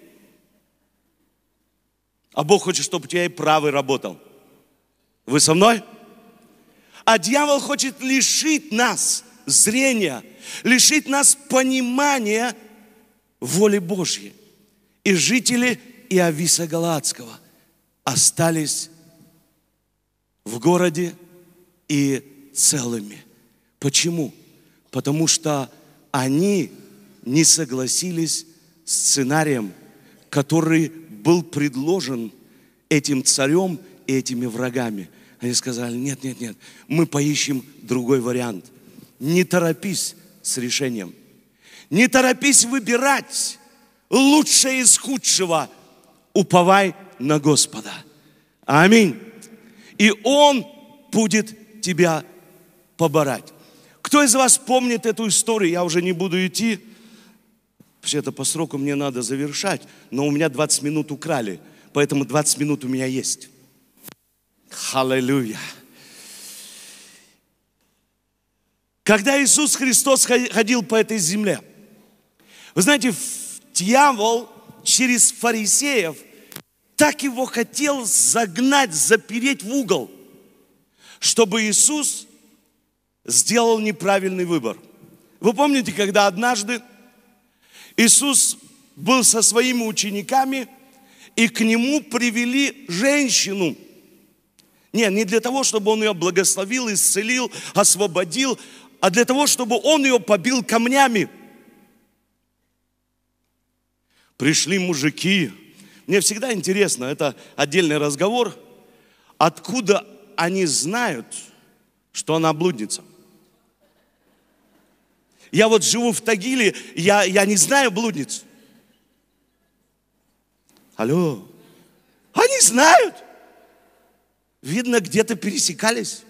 А Бог хочет, чтобы у тебя и правый работал. Вы со мной? А дьявол хочет лишить нас зрения, лишить нас понимания воли Божьей. И жители Иовиса Галаадского остались в городе и целыми. Почему? Потому что они не согласились с сценарием, который был предложен этим царем и этими врагами. Они сказали, нет, нет, нет, мы поищем другой вариант. Не торопись с решением. Не торопись выбирать лучшее из худшего. Уповай на Господа. Аминь. И Он будет тебя побороть. Кто из вас помнит эту историю? Я уже не буду идти. Вообще-то по сроку мне надо завершать, но у меня двадцать минут украли, поэтому двадцать минут у меня есть. Аллилуйя. Когда Иисус Христос ходил по этой земле, вы знаете, дьявол через фарисеев так его хотел загнать, запереть в угол, чтобы Иисус сделал неправильный выбор. Вы помните, когда однажды Иисус был со своими учениками, и к Нему привели женщину. Не, не для того, чтобы Он ее благословил, исцелил, освободил, а для того, чтобы Он ее побил камнями. Пришли мужики. Мне всегда интересно, это отдельный разговор, откуда они знают, что она блудница. Я вот живу в Тагиле, я, я не знаю блудниц. Алло. Они знают. Видно, где-то пересекались.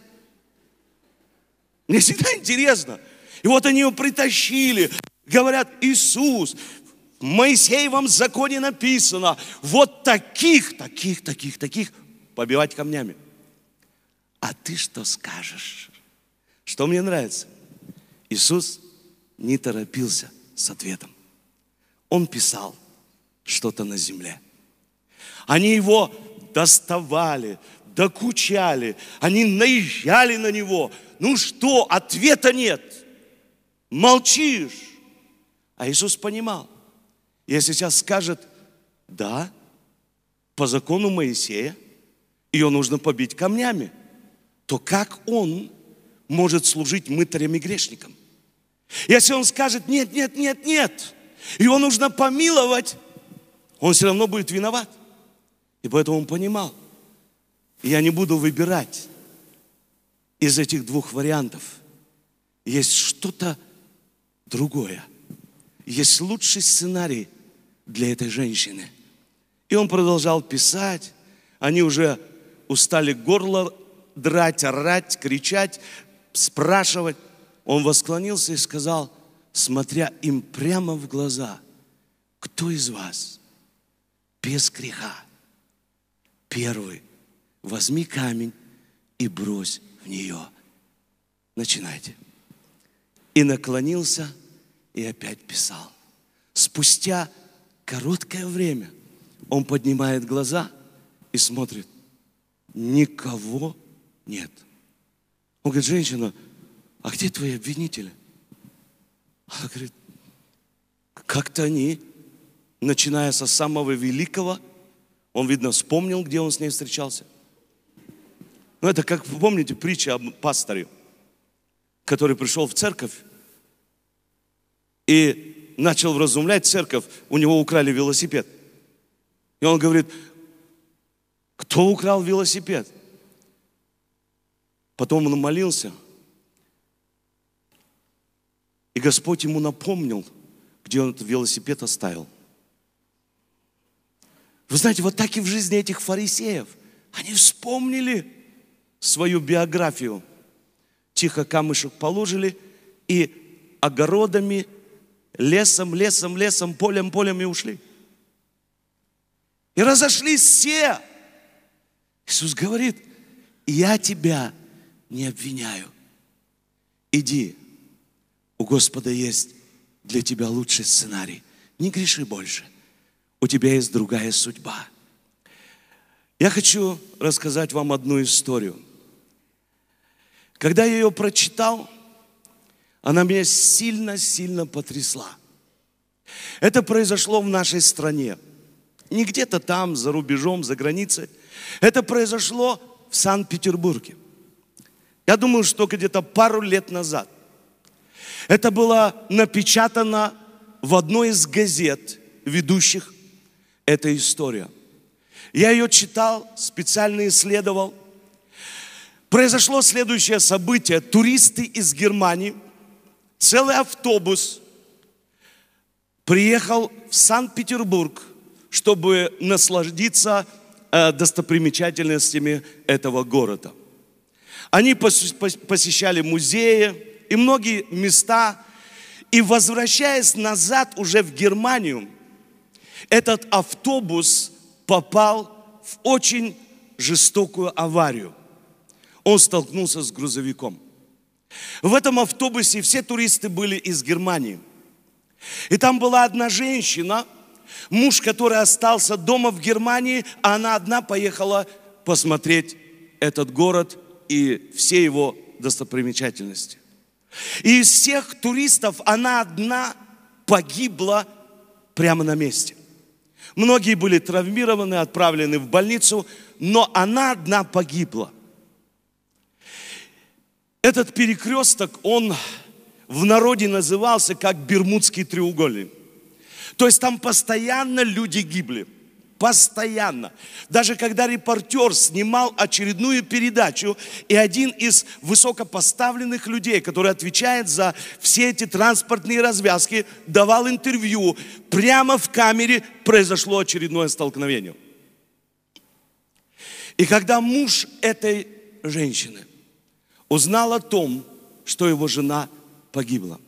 Мне всегда интересно. И вот они ее притащили. Говорят, Иисус, в Моисеевом законе написано, вот таких, таких, таких, таких побивать камнями. А ты что скажешь? Что мне нравится? Иисус не торопился с ответом. Он писал что-то на земле. Они его доставали, докучали, они наезжали на него. Ну что, ответа нет. Молчишь. А Иисус понимал, если сейчас скажет, да, по закону Моисея, ее нужно побить камнями, то как он может служить мытарем и грешникам? Если он скажет, нет, нет, нет, нет, его нужно помиловать, он все равно будет виноват. И поэтому он понимал, я не буду выбирать из этих двух вариантов. Есть что-то другое. Есть лучший сценарий для этой женщины. И он продолжал писать. Они уже устали горло драть, орать, кричать, спрашивать. Он восклонился и сказал, смотря им прямо в глаза, кто из вас без греха? Первый, возьми камень и брось в нее. Начинайте. И наклонился, и опять писал. Спустя короткое время он поднимает глаза и смотрит. Никого нет. Он говорит, женщина, а где твои обвинители? Она говорит, как-то они, начиная со самого великого, он, видно, вспомнил, где он с ней встречался. Ну, это как, вы помните, притча об пасторе, который пришел в церковь и начал вразумлять церковь, у него украли велосипед. И он говорит, кто украл велосипед? Потом он молился, и Господь ему напомнил, где он этот велосипед оставил. Вы знаете, вот так и в жизни этих фарисеев. Они вспомнили свою биографию. Тихо камышек положили и огородами, лесом, лесом, лесом, полем, полем и ушли. И разошлись все. Иисус говорит, я тебя не обвиняю. Иди. У Господа есть для тебя лучший сценарий. Не греши больше. У тебя есть другая судьба. Я хочу рассказать вам одну историю. Когда я ее прочитал, она меня сильно-сильно потрясла. Это произошло в нашей стране. Не где-то там, за рубежом, за границей. Это произошло в Санкт-Петербурге. Я думаю, что где-то пару лет назад. Это было напечатано в одной из газет, ведущих эта история. Я ее читал, специально исследовал. Произошло следующее событие. Туристы из Германии целый автобус приехал в Санкт-Петербург, чтобы насладиться э, достопримечательностями этого города. Они посещали музеи и многие места. И возвращаясь назад уже в Германию, этот автобус попал в очень жестокую аварию. Он столкнулся с грузовиком. В этом автобусе все туристы были из Германии. И там была одна женщина, муж, который остался дома в Германии, а она одна поехала посмотреть этот город и все его достопримечательности. И из всех туристов она одна погибла прямо на месте. Многие были травмированы, отправлены в больницу, но она одна погибла. Этот перекресток, он в народе назывался как Бермудский треугольник. То есть там постоянно люди гибли. Постоянно. Даже когда репортер снимал очередную передачу, и один из высокопоставленных людей, который отвечает за все эти транспортные развязки, давал интервью, прямо в камере произошло очередное столкновение. И когда муж этой женщины узнал о том, что его жена погибла,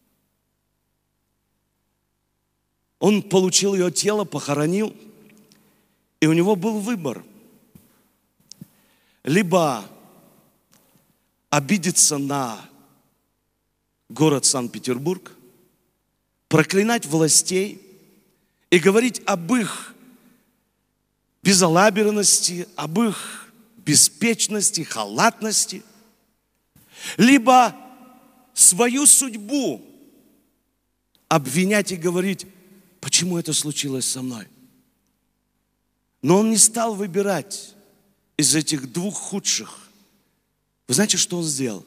он получил ее тело, похоронил, и у него был выбор. Либо обидеться на город Санкт-Петербург, проклинать властей и говорить об их безалаберности, об их беспечности, халатности, либо свою судьбу обвинять и говорить, почему это случилось со мной. Но он не стал выбирать из этих двух худших. Вы знаете, что он сделал?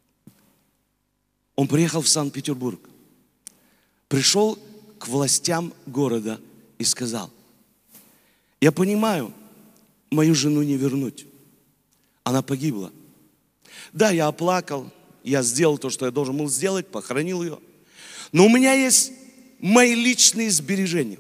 Он приехал в Санкт-Петербург, пришел к властям города и сказал: я понимаю, мою жену не вернуть. Она погибла. Да, я оплакал, я сделал то, что я должен был сделать, похоронил ее. Но у меня есть мои личные сбережения.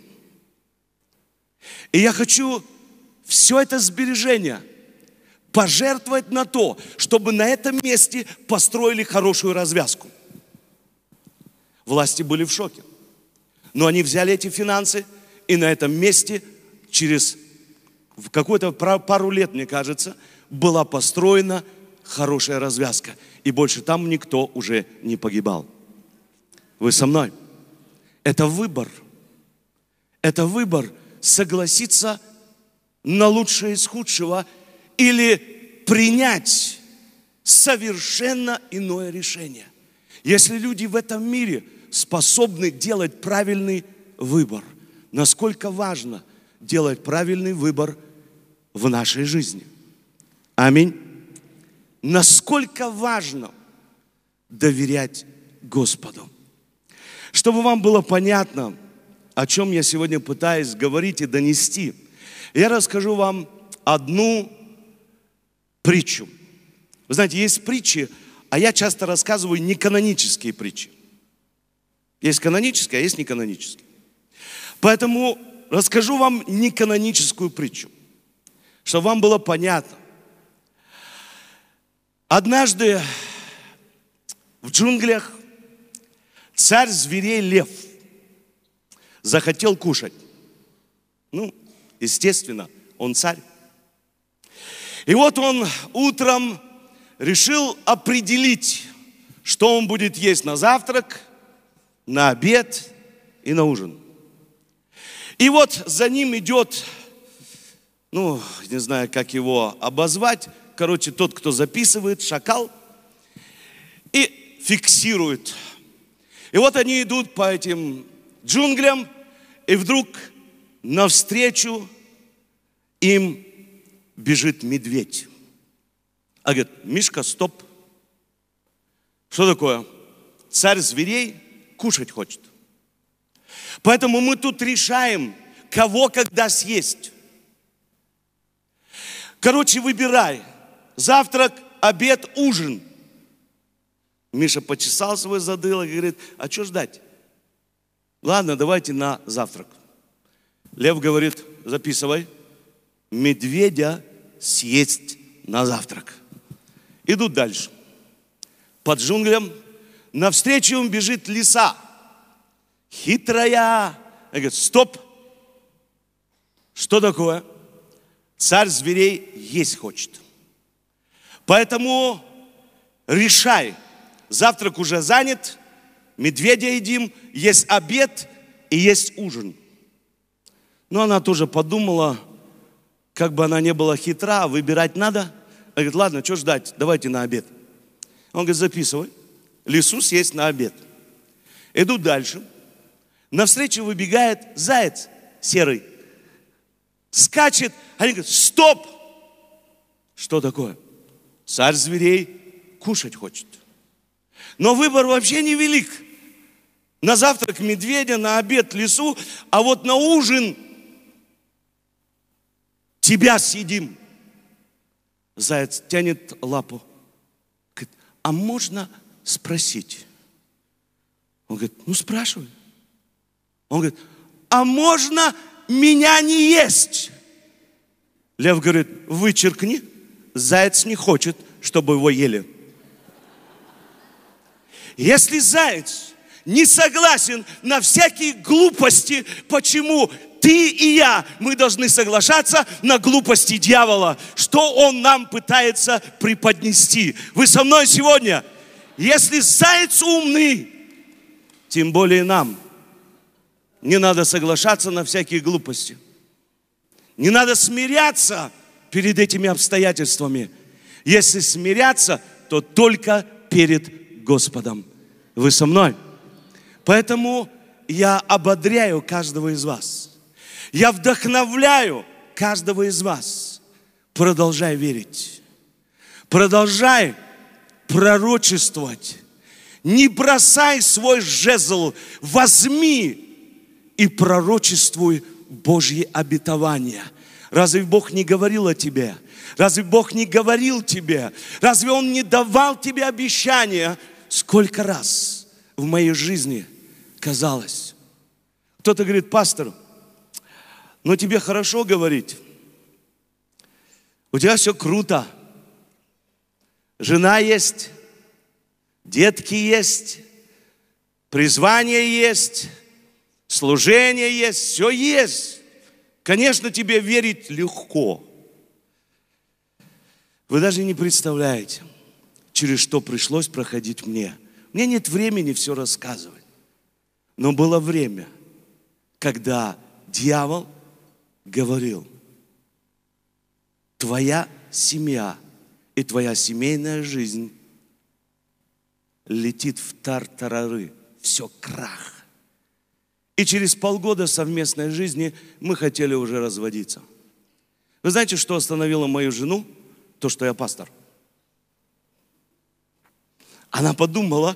И я хочу все это сбережение пожертвовать на то, чтобы на этом месте построили хорошую развязку. Власти были в шоке. Но они взяли эти финансы, и на этом месте через какую-то пару лет, мне кажется, была построена хорошая развязка. И больше там никто уже не погибал. Вы со мной? Это выбор. Это выбор согласиться на лучшее из худшего или принять совершенно иное решение. Если люди в этом мире способны делать правильный выбор, насколько важно делать правильный выбор в нашей жизни. Аминь. Насколько важно доверять Господу. Чтобы вам было понятно, о чем я сегодня пытаюсь говорить и донести, я расскажу вам одну притчу. Вы знаете, есть притчи, а я часто рассказываю неканонические притчи. Есть канонические, а есть неканонические. Поэтому расскажу вам неканоническую притчу, чтобы вам было понятно. Однажды в джунглях царь зверей лев захотел кушать. Ну, естественно, он царь. И вот он утром решил определить, что он будет есть на завтрак, на обед и на ужин. И вот за ним идет, ну, не знаю, как его обозвать, короче, тот, кто записывает, шакал, и фиксирует. И вот они идут по этим джунглям, и вдруг навстречу им бежит медведь. А говорит: Мишка, стоп. Что такое? Царь зверей кушать хочет. Поэтому мы тут решаем, кого когда съесть. Короче, выбирай. Завтрак, обед, ужин. Миша почесал свой затылок и говорит, а что ждать? Ладно, давайте на завтрак. Лев говорит, записывай, медведя съесть на завтрак. Идут дальше. Под джунглям навстречу им бежит лиса. Хитрая. Она говорит, стоп. Что такое? Царь зверей есть хочет. Поэтому решай. Завтрак уже занят, медведя едим, есть обед и есть ужин. Но она тоже подумала, как бы она не была хитра, выбирать надо. Она говорит, ладно, что ждать, давайте на обед. Он говорит, записывай, лису съесть на обед. Идут дальше. Навстречу выбегает заяц серый. Скачет, они говорят, стоп! Что такое? Царь зверей кушать хочет. Но выбор вообще невелик. На завтрак медведя, на обед лису, а вот на ужин тебя съедим. Заяц тянет лапу. Говорит, а можно спросить? Он говорит, ну спрашивай. Он говорит, а можно меня не есть? Лев говорит, вычеркни. Заяц не хочет, чтобы его ели. Если заяц не согласен на всякие глупости, почему ты и я, мы должны соглашаться на глупости дьявола, что он нам пытается преподнести. Вы со мной сегодня? Если заяц умный, тем более нам не надо соглашаться на всякие глупости. Не надо смиряться перед этими обстоятельствами. Если смиряться, то только перед Господом. Вы со мной? Поэтому я ободряю каждого из вас. Я вдохновляю каждого из вас. Продолжай верить. Продолжай пророчествовать. Не бросай свой жезл. Возьми и пророчествуй Божьи обетования. Разве Бог не говорил о тебе? Разве Бог не говорил тебе? Разве Он не давал тебе обещания? Сколько раз в моей жизни казалось. Кто-то говорит, пастор, ну тебе хорошо говорить. У тебя все круто. Жена есть, детки есть, призвание есть, служение есть, все есть. Конечно, тебе верить легко. Вы даже не представляете, через что пришлось проходить мне. У меня нет времени все рассказывать. Но было время, когда дьявол говорил, твоя семья и твоя семейная жизнь летит в тартарары, все крах. И через полгода совместной жизни мы хотели уже разводиться. Вы знаете, что остановило мою жену? То, что я пастор. Она подумала,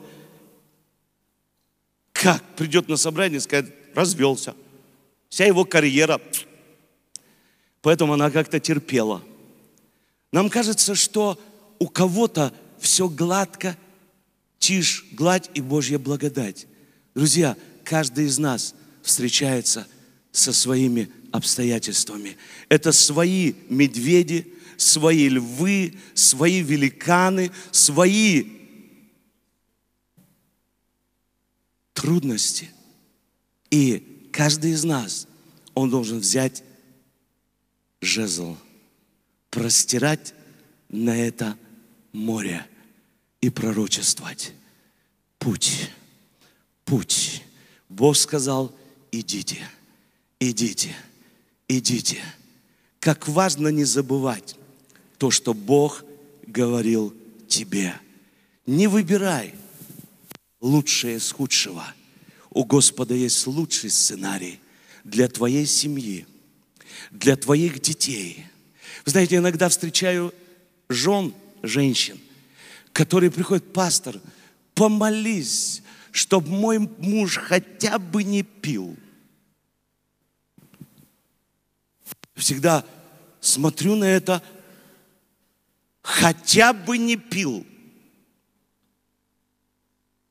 как придет на собрание и скажет, развелся. Вся его карьера. Поэтому она как-то терпела. Нам кажется, что у кого-то все гладко, тишь, гладь и Божья благодать. Друзья, каждый из нас встречается со своими обстоятельствами. Это свои медведи, свои львы, свои великаны, свои трудности. И каждый из нас, он должен взять жезл, простирать на это море и пророчествовать. Путь, путь. Бог сказал, идите, идите, идите. Как важно не забывать то, что Бог говорил тебе. Не выбирай лучшее из худшего. У Господа есть лучший сценарий для твоей семьи, для твоих детей. Вы знаете, иногда встречаю жен, женщин, которые приходят, пастор, помолись, чтобы мой муж хотя бы не пил. Всегда смотрю на это, хотя бы не пил.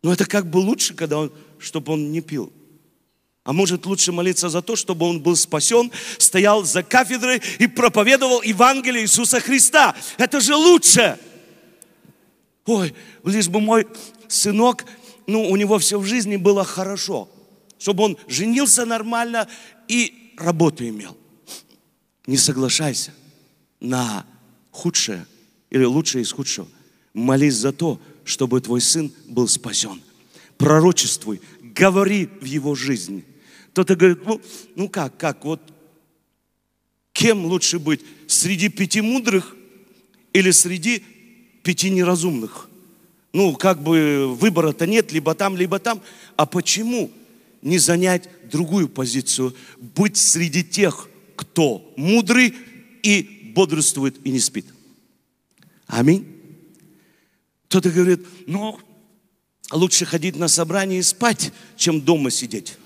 Но это как бы лучше, когда он, чтобы он не пил. А может лучше молиться за то, чтобы он был спасен, стоял за кафедрой и проповедовал Евангелие Иисуса Христа. Это же лучше. Ой, лишь бы мой сынок, ну, у него все в жизни было хорошо. Чтобы он женился нормально и работу имел. Не соглашайся на худшее или лучшее из худшего. Молись за то, чтобы твой сын был спасен. Пророчествуй, говори в его жизни. Кто-то говорит, ну, ну как, как, вот кем лучше быть? Среди пяти мудрых или среди пяти неразумных? Ну, как бы выбора-то нет, либо там, либо там. А почему не занять другую позицию? Быть среди тех, кто мудрый и бодрствует и не спит. Аминь. Кто-то говорит, ну, лучше ходить на собрание и спать, чем дома сидеть.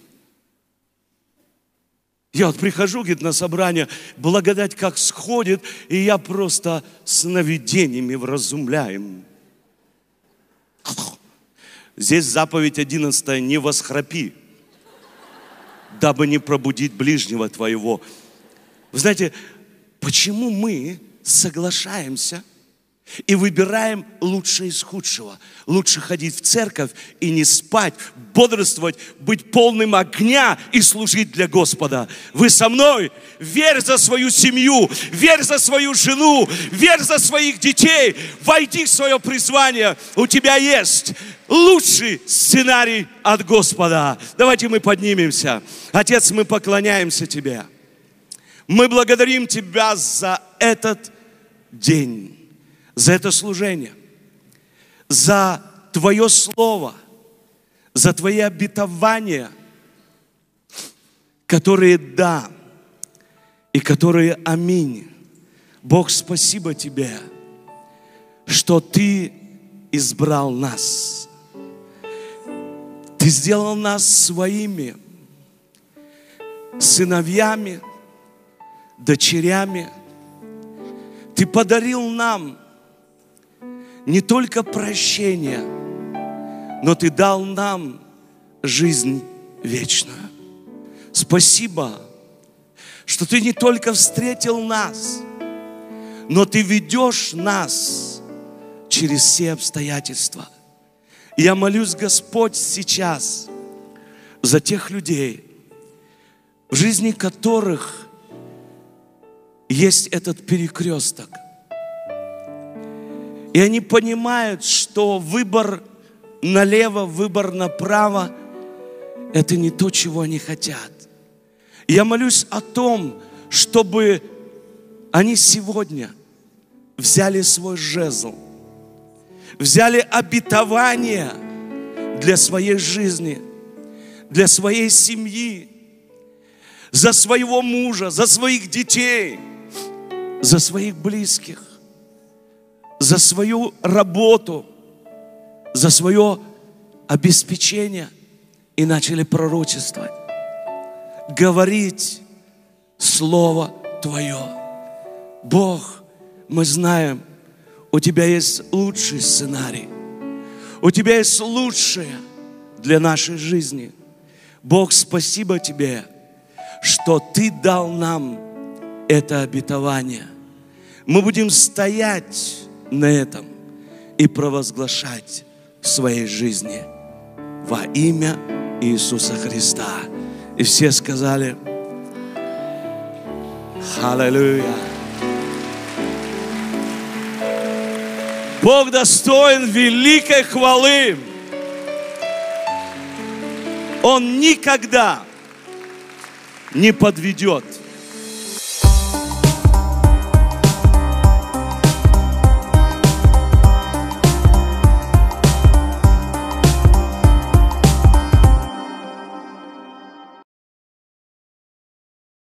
Я вот прихожу, говорит, на собрание, благодать как сходит, и я просто сновидениями вразумляем. Здесь заповедь одиннадцатая, не восхрапи, дабы не пробудить ближнего твоего. Вы знаете, почему мы соглашаемся и выбираем лучшее из худшего? Лучше ходить в церковь и не спать, бодрствовать, быть полным огня и служить для Господа. Вы со мной? Верь за свою семью, верь за свою жену, верь за своих детей, войди в свое призвание. У тебя есть лучший сценарий от Господа. Давайте мы поднимемся. Отец, мы поклоняемся Тебе. Мы благодарим Тебя за этот день, за это служение, за Твое Слово, за Твои обетования, которые да и которые аминь. Бог, спасибо Тебе, что Ты избрал нас. Ты сделал нас своими сыновьями, дочерями. Ты подарил нам не только прощение, но Ты дал нам жизнь вечную. Спасибо, что Ты не только встретил нас, но Ты ведешь нас через все обстоятельства. Я молюсь, Господь, сейчас за тех людей, в жизни которых есть этот перекресток. И они понимают, что выбор налево, выбор направо – это не то, чего они хотят. Я молюсь о том, чтобы они сегодня взяли свой жезл, взяли обетование для своей жизни, для своей семьи, за своего мужа, за своих детей, за своих близких, за свою работу, за свое обеспечение и начали пророчествовать, говорить Слово Твое. Бог, мы знаем, у Тебя есть лучший сценарий, у Тебя есть лучшее для нашей жизни. Бог, спасибо Тебе, что Ты дал нам это обетование. Мы будем стоять на этом и провозглашать в своей жизни во имя Иисуса Христа. И все сказали: Аллилуйя. Бог достоин великой хвалы. Он никогда не подведет.